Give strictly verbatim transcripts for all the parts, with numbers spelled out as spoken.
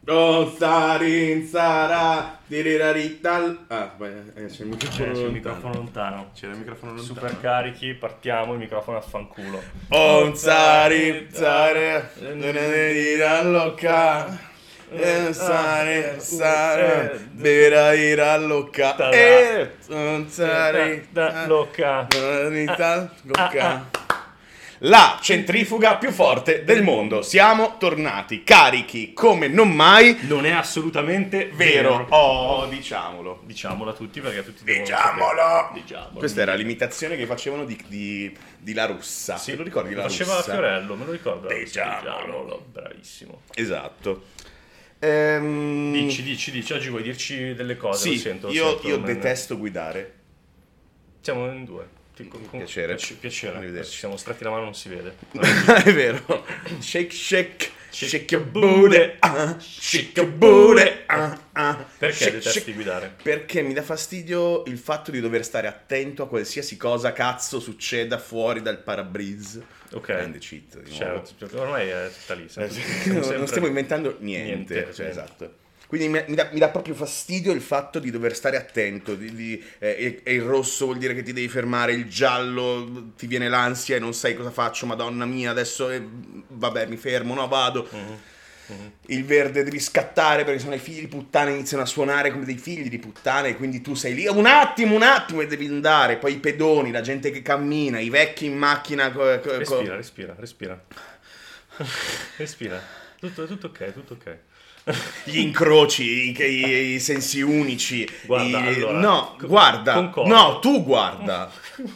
Oh, Sarin, Sara, dirirarittal. Ah, vai, eh, c'è il microfono C'è, c'è il lontano. microfono lontano. C'era il microfono lontano. Super carichi, partiamo, il microfono a fanculo. Oh, Sarin, Sara, dirallocca. Eh, Sare, Sare, dirallocca. Eh, Sare, Da, loca. dirallocca. La centrifuga più forte del mondo. Siamo tornati carichi come non mai. Non è assolutamente Vero. vero. Oh, diciamolo. Diciamolo a tutti perché tutti devono Diciamolo. sapere. Diciamolo. Questa era l'imitazione che facevano di, di, di La Russa. Sì, Te lo ricordi lo La faceva Russa? Fiorello, me lo ricordo. Diciamolo. Bravissimo. Esatto. Ehm, Dici, dici, dici, oggi vuoi dirci delle cose? Sì, lo sento, lo io, sento, io me- detesto guidare. Siamo in due. Ti- con- con- Piacere. piace- Piacere. Arrivederci. Ci siamo stretti la mano, non si vede. È vero. Shake, shake, shake your booty, ah, shake your booty, ah, ah. Perché Shake, detesti shake. guidare? Perché mi dà fastidio il fatto di dover stare attento a qualsiasi cosa cazzo succeda fuori dal parabrise. Ok. Grande cheat, di nuovo. Cioè, ormai è tutta lì. Eh, sempre- sì. siamo non sempre- stiamo inventando niente, Niente, cioè, niente. esatto. Quindi mi, mi dà, mi dà proprio fastidio il fatto di dover stare attento, di, di- eh, e, e il rosso vuol dire che ti devi fermare, il giallo ti viene l'ansia e non sai cosa faccio, madonna mia, adesso eh, vabbè mi fermo, no vado. Mhm, mhm. Il verde devi scattare perché sennò i figli di puttana iniziano a suonare come dei figli di puttana e quindi tu sei lì un attimo, un attimo e devi andare. Poi i pedoni, la gente che cammina, i vecchi in macchina. co- co- co- Respira, respira, respira. Respira. Tutto, tutto ok, tutto ok. Gli incroci, i, i- i sensi unici. Guarda, i- allora, no, co- guarda. concordo. No, tu guarda.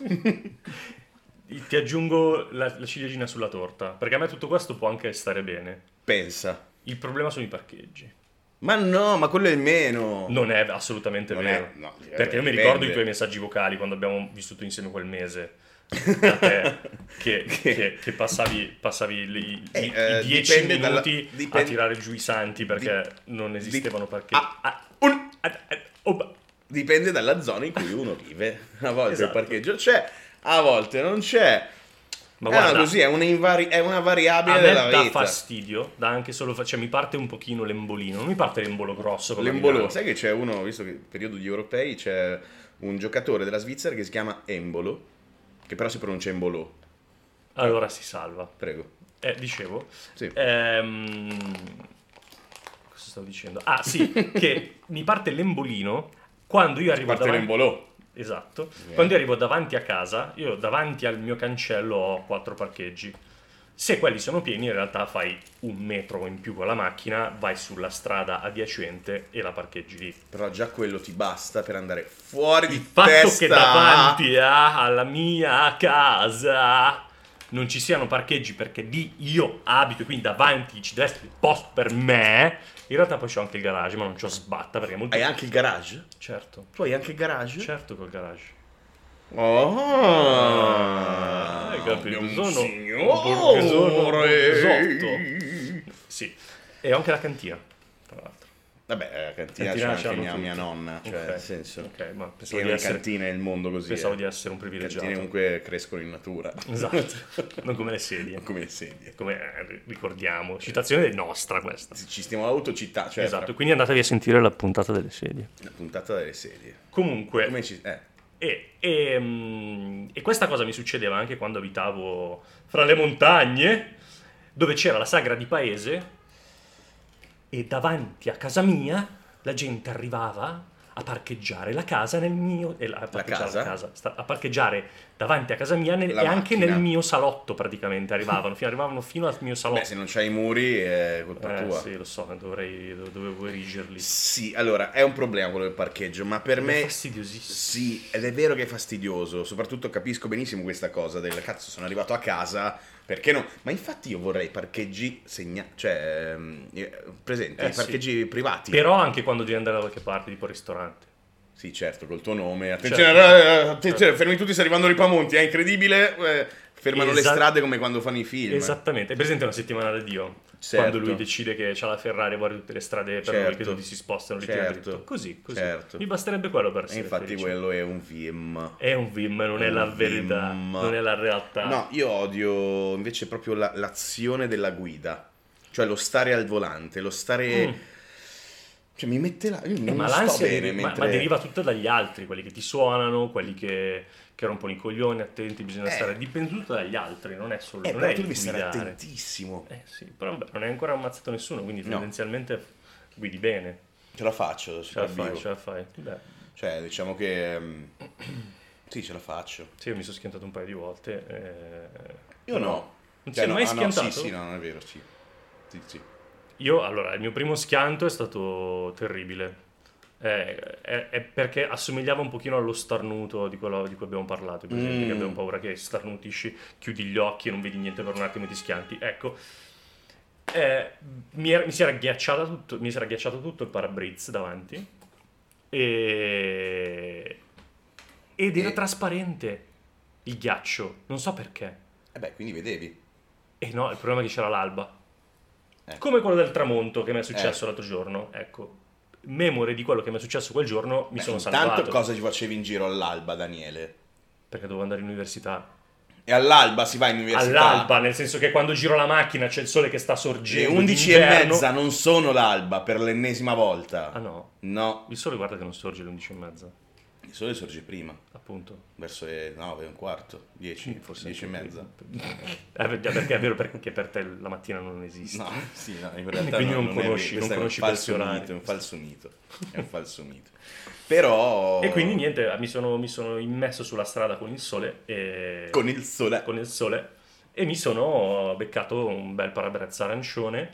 Ti aggiungo la, la ciliegina sulla torta, perché a me tutto questo può anche stare bene. Pensa. Il problema sono i parcheggi. Ma no, ma quello è il meno. Non è assolutamente Non vero. è- no, Perché io mi dipende. ricordo i tuoi messaggi vocali quando abbiamo vissuto insieme quel mese. Da te, che, che- che passavi, passavi i, Eh, i- eh, i dieci dipende dalla- minuti dipende- a tirare giù i santi perché non esistevano parcheggi. ah, Ah, un- ah, ah, oh, bah. Dipende dalla zona in cui uno vive. A volte Esatto. il parcheggio c'è, a volte non c'è. Ma Eh, guarda, no, così è, una invari- è una variabile a della me dà vita. fastidio, dà anche solo, fa- cioè mi parte un pochino l'embolino, non mi parte l'embolo grosso come a L'embolo, Milano. sai che c'è uno, visto che periodo di europei, c'è un giocatore della Svizzera che si chiama Embolo, che però si pronuncia Embolò. Allora si salva. Prego. Eh, dicevo, Sì. ehm, cosa stavo dicendo? Ah sì, che mi parte l'embolino quando io arrivo Parte davanti... l'Embolò. Esatto. Yeah. Quando io arrivo davanti a casa, io davanti al mio cancello ho quattro parcheggi. Se quelli sono pieni, in realtà fai un metro in più con la macchina, vai sulla strada adiacente e la parcheggi lì. Però già quello ti basta per andare fuori di Il fatto testa. che davanti a- alla mia casa non ci siano parcheggi perché lì io abito e quindi davanti ci deve essere il posto per me. In realtà poi c'ho anche il garage, ma non c'ho sbatta perché è molto... Hai anche il garage? Certo, Tu hai anche il garage? certo col garage. Oh, Hai capito? un Sono signore. un borghesotto. Sì, e ho anche la cantina, tra l'altro. Vabbè, la cantina, Cantina c'è ce anche l'hanno mia, mia tutti. nonna, cioè Ok, nel senso... ok, ma pensavo Pieno di di essere, cantine nel mondo così. pensavo eh. di essere un privilegiato. Cantine comunque crescono in natura. Esatto, non come le sedie. Non come le sedie. Come eh, ricordiamo, citazione nostra questa. Ci stiamo autocittà, cioè Esatto, quindi andatevi a sentire la puntata delle sedie. la puntata delle sedie. Comunque, Come ci... Eh. e, e, mm, e questa cosa mi succedeva anche quando abitavo fra le montagne, dove c'era la sagra di paese, e davanti a casa mia la gente arrivava a parcheggiare la casa nel mio... eh, a parcheggiare casa? la casa, sta- a parcheggiare davanti a casa mia nel- La e anche macchina. nel mio salotto praticamente arrivavano, fino, arrivavano fino al mio salotto. Beh, se non c'hai i muri è colpa Eh, tua. sì, lo so, dovrei, dove- dovevo erigerli. Sì, allora, è un problema quello del parcheggio, ma per È me... fastidiosissimo. Sì, ed è vero che è fastidioso, soprattutto capisco benissimo questa cosa del cazzo sono arrivato a casa, perché no? Ma infatti io vorrei parcheggi segnati, cioè, ehm, eh, presenti, Eh, sì. parcheggi privati. Però anche quando devi andare da qualche parte, tipo ristorante. Sì, certo, col tuo nome. Attenzione, Certo. eh, attenzione, fermi tutti, sta arrivando Ripamonti, è incredibile. eh, fermano le Esa- strade come quando fanno i film. Esattamente, è presente una settimana da Dio? Certo. Quando lui decide che c'ha la Ferrari e vuole tutte le strade per lui, Certo. che tutti si spostano, li Certo. tira dritto. Così, così. Certo. Mi basterebbe quello per E essere infatti felice. quello è un film. È un film, non è Un la verità, film. non è la realtà. No, io odio invece proprio la- l'azione della guida. Cioè lo stare al volante, lo stare... Mm. Cioè mi mette là, io Eh, non ma sto l'ansia bene deri- ma, mentre... ma deriva tutta dagli altri, quelli che ti suonano, quelli che, che rompono i coglioni, attenti, bisogna Eh. stare, dipende tutto dagli altri, non è solo Eh, non però è tu il devi stare guidare. attentissimo. Eh sì, però vabbè, non hai ancora ammazzato nessuno, quindi No. tendenzialmente guidi bene, Ce la faccio, ce la sopravvivo. fai, ce la fai. Beh, Cioè, diciamo che... mm, sì, ce la faccio. sì, io mi sono schiantato un paio di volte. eh, Io no. Non Cioè, sei no, mai ah, no, schiantato? sì, sì, no, non è vero, sì. Sì, sì. Io, allora, il mio primo schianto è stato terribile. Eh, è, è perché assomigliava un pochino allo starnuto di quello di cui abbiamo parlato, per esempio, Mm. che abbiamo paura che starnutisci, chiudi gli occhi e non vedi niente per un attimo e ti schianti. Ecco, eh, mi, era- mi si era ghiacciato tutto, mi si era ghiacciato tutto il parabrezza davanti e, ed era E- trasparente il ghiaccio, non so perché. Eh beh, quindi vedevi. E no, il problema è che c'era l'alba. Eh. Come quello del tramonto che mi è successo Eh. l'altro giorno. Ecco, memore di quello che mi è successo quel giorno, mi Beh, sono intanto salvato. cosa ci facevi in giro all'alba, Daniele? Perché dovevo andare in università. E all'alba si va in università? All'alba, nel senso che quando giro la macchina c'è il sole che sta Le sorgendo. undici e d'inverno. mezza non sono l'alba per l'ennesima volta. Ah no, No, il sole guarda che non sorge alle undici e mezza, il sole sorge prima, appunto. verso le nove e un quarto, dieci, Forse dieci e anche mezza. prima. Eh, perché perché è vero perché per te la mattina non esiste. No, sì, no, in realtà Quindi no, non è conosci- vero. non Questo conosci è un falso questi orari. mito, è un falso mito, è un falso mito. Però... E quindi niente, mi sono, mi sono immesso sulla strada con il sole e... Con il sole... con il sole e mi sono beccato un bel parabrezza arancione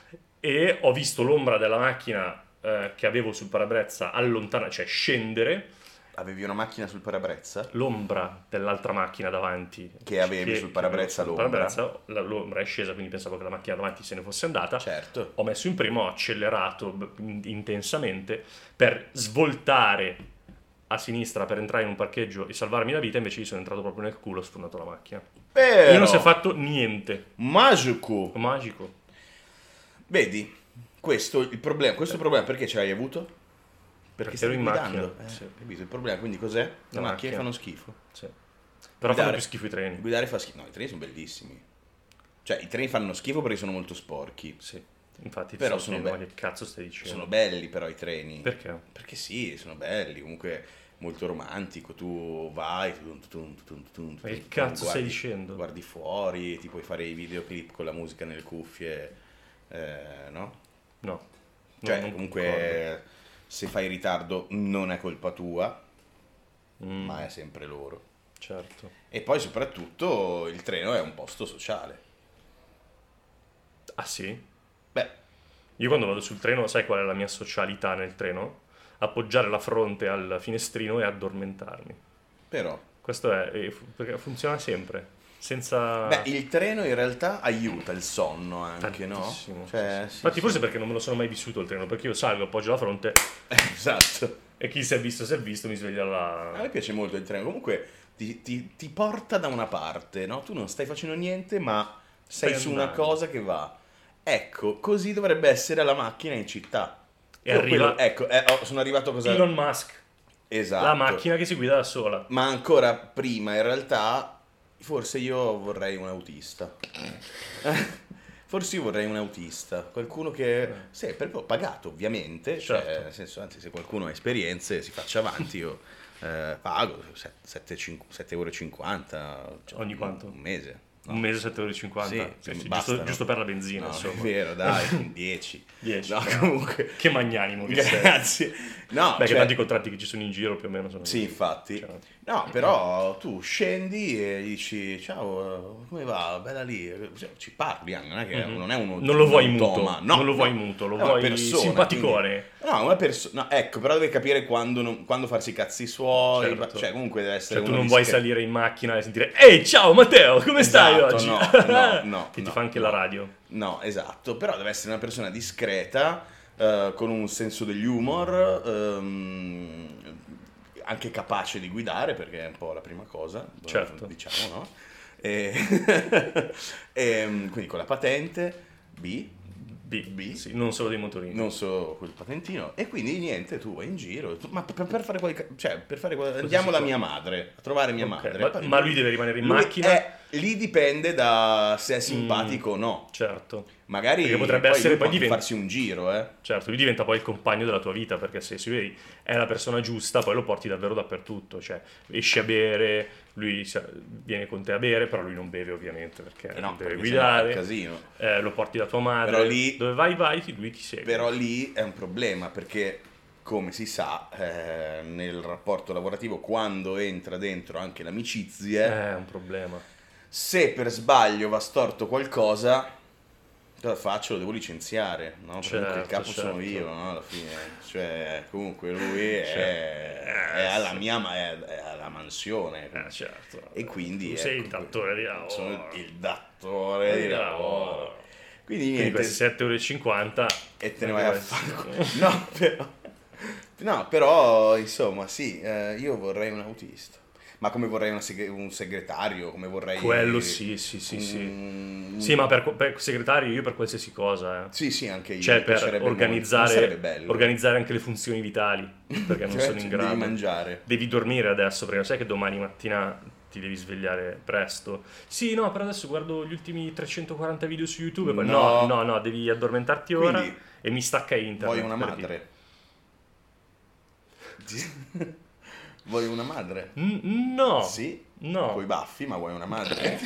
e ho visto l'ombra della macchina eh, che avevo sul parabrezza allontanare, cioè scendere, Avevi una macchina sul parabrezza? l'ombra dell'altra macchina davanti Che avevi sul parabrezza sul l'ombra. parabrezza, la- l'ombra è scesa, quindi pensavo che la macchina davanti se ne fosse andata. Certo. Ho messo in primo, ho accelerato b- in- intensamente per svoltare a sinistra per entrare in un parcheggio e salvarmi la vita, invece gli sono entrato proprio nel culo, ho sfondato la macchina. Però... E non si è fatto niente. Magico! Magico. Vedi, questo il problema, questo problema perché ce l'hai avuto? Perché, Perché stavi ero in guidando. macchina, Eh, sì. capito? Il problema quindi cos'è? Le La macchine macchina. fanno schifo. Sì. Però Guidare- fanno più schifo i treni. Guidare fa schifo. No, i treni sono bellissimi. Cioè, i treni fanno schifo perché sono molto sporchi. Sì. Infatti, Però ti sto sono chiedendo, be- ma che cazzo stai dicendo? Sono belli però i treni. Perché? Perché sì, sono belli, comunque molto romantico, tu vai, tum, tum, tum, tum, Ma che tum, cazzo stai guardi- dicendo? Guardi fuori, ti puoi fare i videoclip con la musica nelle cuffie, eh, no? No. No, Cioè, non comunque, se fai ritardo non è colpa tua, concordo. Mm, ma è sempre loro. certo. E poi soprattutto il treno è un posto sociale. Ah sì? Beh, Io quando vado sul treno, sai qual è la mia socialità nel treno? Appoggiare la fronte al finestrino e addormentarmi. però... Questo è, e fu- perché funziona sempre. Senza... Beh, il treno in realtà aiuta il sonno anche, no? Tantissimo, Cioè, sì, sì. sì, Infatti sì. forse perché non me lo sono mai vissuto il treno, perché io salgo, appoggio la fronte Esatto. e chi si è visto si è visto, mi sveglia A me la... piace molto il treno, comunque ti, ti- ti porta da una parte, no? Tu non stai facendo niente, ma sei Stai su una andando. cosa che va. Ecco, così dovrebbe essere la macchina in città. E Io arriva quello- ecco, eh, oh, sono arrivato a cosa... Elon Musk, Esatto. la macchina che si guida da sola. Ma ancora prima, in realtà, forse io vorrei un autista. Forse io vorrei un autista, qualcuno che... Sì, proprio pagato, ovviamente. Cioè, Certo. nel senso, anzi, se qualcuno ha esperienze, si faccia avanti, io eh, pago sette euro e cinquanta. Cioè, Ogni un- quanto? Un mese. no? Un mese sette euro e cinquanta. Sì, Sì, sì, basta, giusto, no? giusto per la benzina, No, insomma. è vero, dai, dieci. dieci. No, bravo. comunque... Che magnanimo che sei. Grazie. No, Beh, cioè- che tanti contratti che ci sono in giro più o meno sono Sì, così. infatti. Cioè, No, però tu scendi e dici ciao, come va? Bella lì. Cioè, ci parli anche, non è che Mhm. non è uno Non lo vuoi un muto, automa. No, non lo vuoi no. muto, lo È una vuoi persona, simpaticone. quindi- No, una persona. No, ecco, però deve capire quando, non- quando farsi i cazzi suoi. Certo. Cioè, comunque deve essere Cioè, tu uno non vuoi discreto. salire in macchina e sentire ehi, ciao Matteo, come stai Esatto, oggi? no, no, no, che ti no, fa anche no. la radio. No, esatto, però deve essere una persona discreta, eh, con un senso degli humor, ehm, anche capace di guidare, perché è un po' la prima cosa, Certo. diciamo, no? E, e, quindi con la patente, B, B, B. Sì, non solo dei motorini. Non solo quel patentino. E quindi niente, tu vai in giro. tu- ma per, per fare qualche. Cioè, per fare qual- andiamo si da fa? mia madre. A trovare mia Ok, madre. ma- Poi ma lui deve rimanere in lui macchina? è- lì dipende da se è simpatico o no. Certo. Magari Perché potrebbe poi essere- lui poi può anche diventa- farsi un giro, eh. Certo, lui diventa poi il compagno della tua vita, perché se si vedi è la persona giusta, poi lo porti davvero dappertutto, cioè esci a bere, lui sa- viene con te a bere, però lui non beve ovviamente, perché Eh no, non deve perché sennò è un guidare, casino. eh, lo porti da tua madre, Però lì- dove vai vai, lui ti segue. Però lì è un problema perché, come si sa, eh, nel rapporto lavorativo, quando entra dentro anche l'amicizia, È un problema. se per sbaglio va storto qualcosa, cosa faccio? Lo devo licenziare, no? Perché comunque il Certo, capo sono certo. io, no? Alla fine, cioè, comunque lui è, Certo. è alla mia, ma è, è alla mansione. Eh, certo. E quindi Tu sei il ecco, datore di lavoro. sono il datore di lavoro. Quindi Quindi niente, questi sette euro e cinquanta e te ne vai a fare. No, però, no, però insomma, sì, eh, io vorrei un autista. Ma come vorrei una seg- un segretario, come vorrei. Quello sì, sì, sì, sì. un- Sì, ma per, per segretario io per qualsiasi cosa, eh. Sì, sì, anche io. Cioè mi per piacerebbe molto. Non organizzare, sarebbe bello. organizzare anche le funzioni vitali, perché non Cioè, sono in grado. Devi mangiare. Devi dormire adesso, perché sai che domani mattina ti devi svegliare presto. Sì, no, però adesso guardo gli ultimi trecentoquaranta video su YouTube. E poi, no, No. no, no, devi addormentarti ora Quindi, e mi stacca internet. Vuoi una per madre? Vuoi una madre? dire. N- no, Sì. no, Coi baffi, ma vuoi una madre?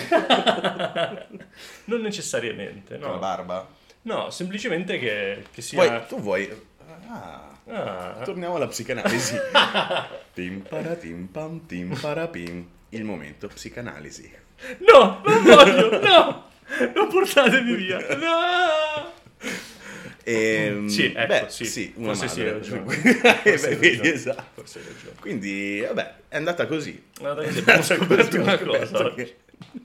non necessariamente, Con la no. barba? No, semplicemente che, che sia... Poi tu vuoi. Ah. Ah, Torniamo alla psicanalisi. Tim para tim pam tim para pim. Il momento psicanalisi. no, non voglio, no! Non portatemi via, no! Ehm, Sì, ecco, beh, sì, una forse sì, madre. hai ragione. Eh, Forse beh, hai vedi, ragione. esatto. Forse hai ragione. Quindi, vabbè, è andata così. Guarda che abbiamo scoperto una cosa oggi. Che-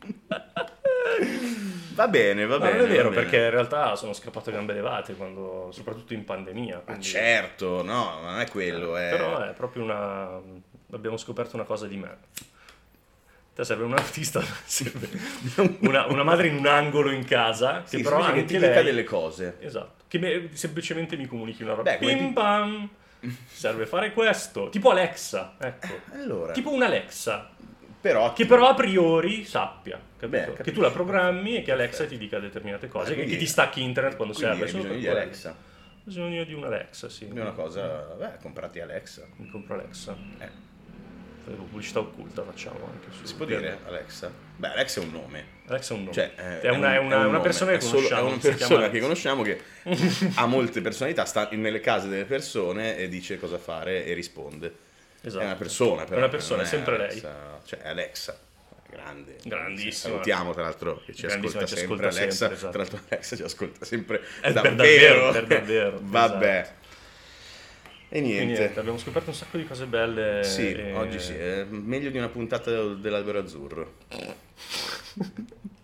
Va bene, va Ma bene. non è vero, va bene. perché in realtà sono scappato a gambe levate, quando, soprattutto in pandemia. Ma quindi- certo, no, non è quello. È... Però è proprio una... abbiamo scoperto una cosa di me. Te serve un autista, serve una, una madre in un angolo in casa, che Sì, però significa anche che ti dica lei... delle cose. Esatto, che me- semplicemente mi comunichi una roba. Beh, come Pim ti- pam, serve fare questo. Tipo Alexa, ecco. Allora, Tipo un Alexa, però, che però a priori sappia, capito? Beh, Che capisco. tu la programmi e che Alexa Perfetto. ti dica determinate cose, Beh, che, quindi- che ti stacchi internet quando quindi serve. hai solo bisogno per di quello. Alexa. Ho bisogno di un Alexa, sì. Quindi una cosa, beh, comprati Alexa. Mi compro Alexa. Eh, Pubblicità occulta facciamo anche su. si può dire Alexa? Beh, Alexa è un nome. Alexa è un nome. Cioè, eh, è, una, un- è una- un una nome. persona che È solo- conosciamo. È una si chiama persona che Alexa. conosciamo che ha molte personalità, sta nelle case delle persone e dice cosa fare e risponde. Esatto. È una persona, però. È una persona, non è sempre lei. Alexa. Cioè, è Alexa. Grande. Grandissima. Salutiamo tra l'altro che ci Grandissima, ascolta ci sempre ascolta Alexa. sempre, esatto. Tra l'altro Alexa ci ascolta sempre Eh, per davvero. davvero, per davvero, Vabbè. esatto. E E niente. niente, abbiamo scoperto un sacco di cose belle. Sì, e- oggi sì, è meglio di una puntata dell'Albero Azzurro.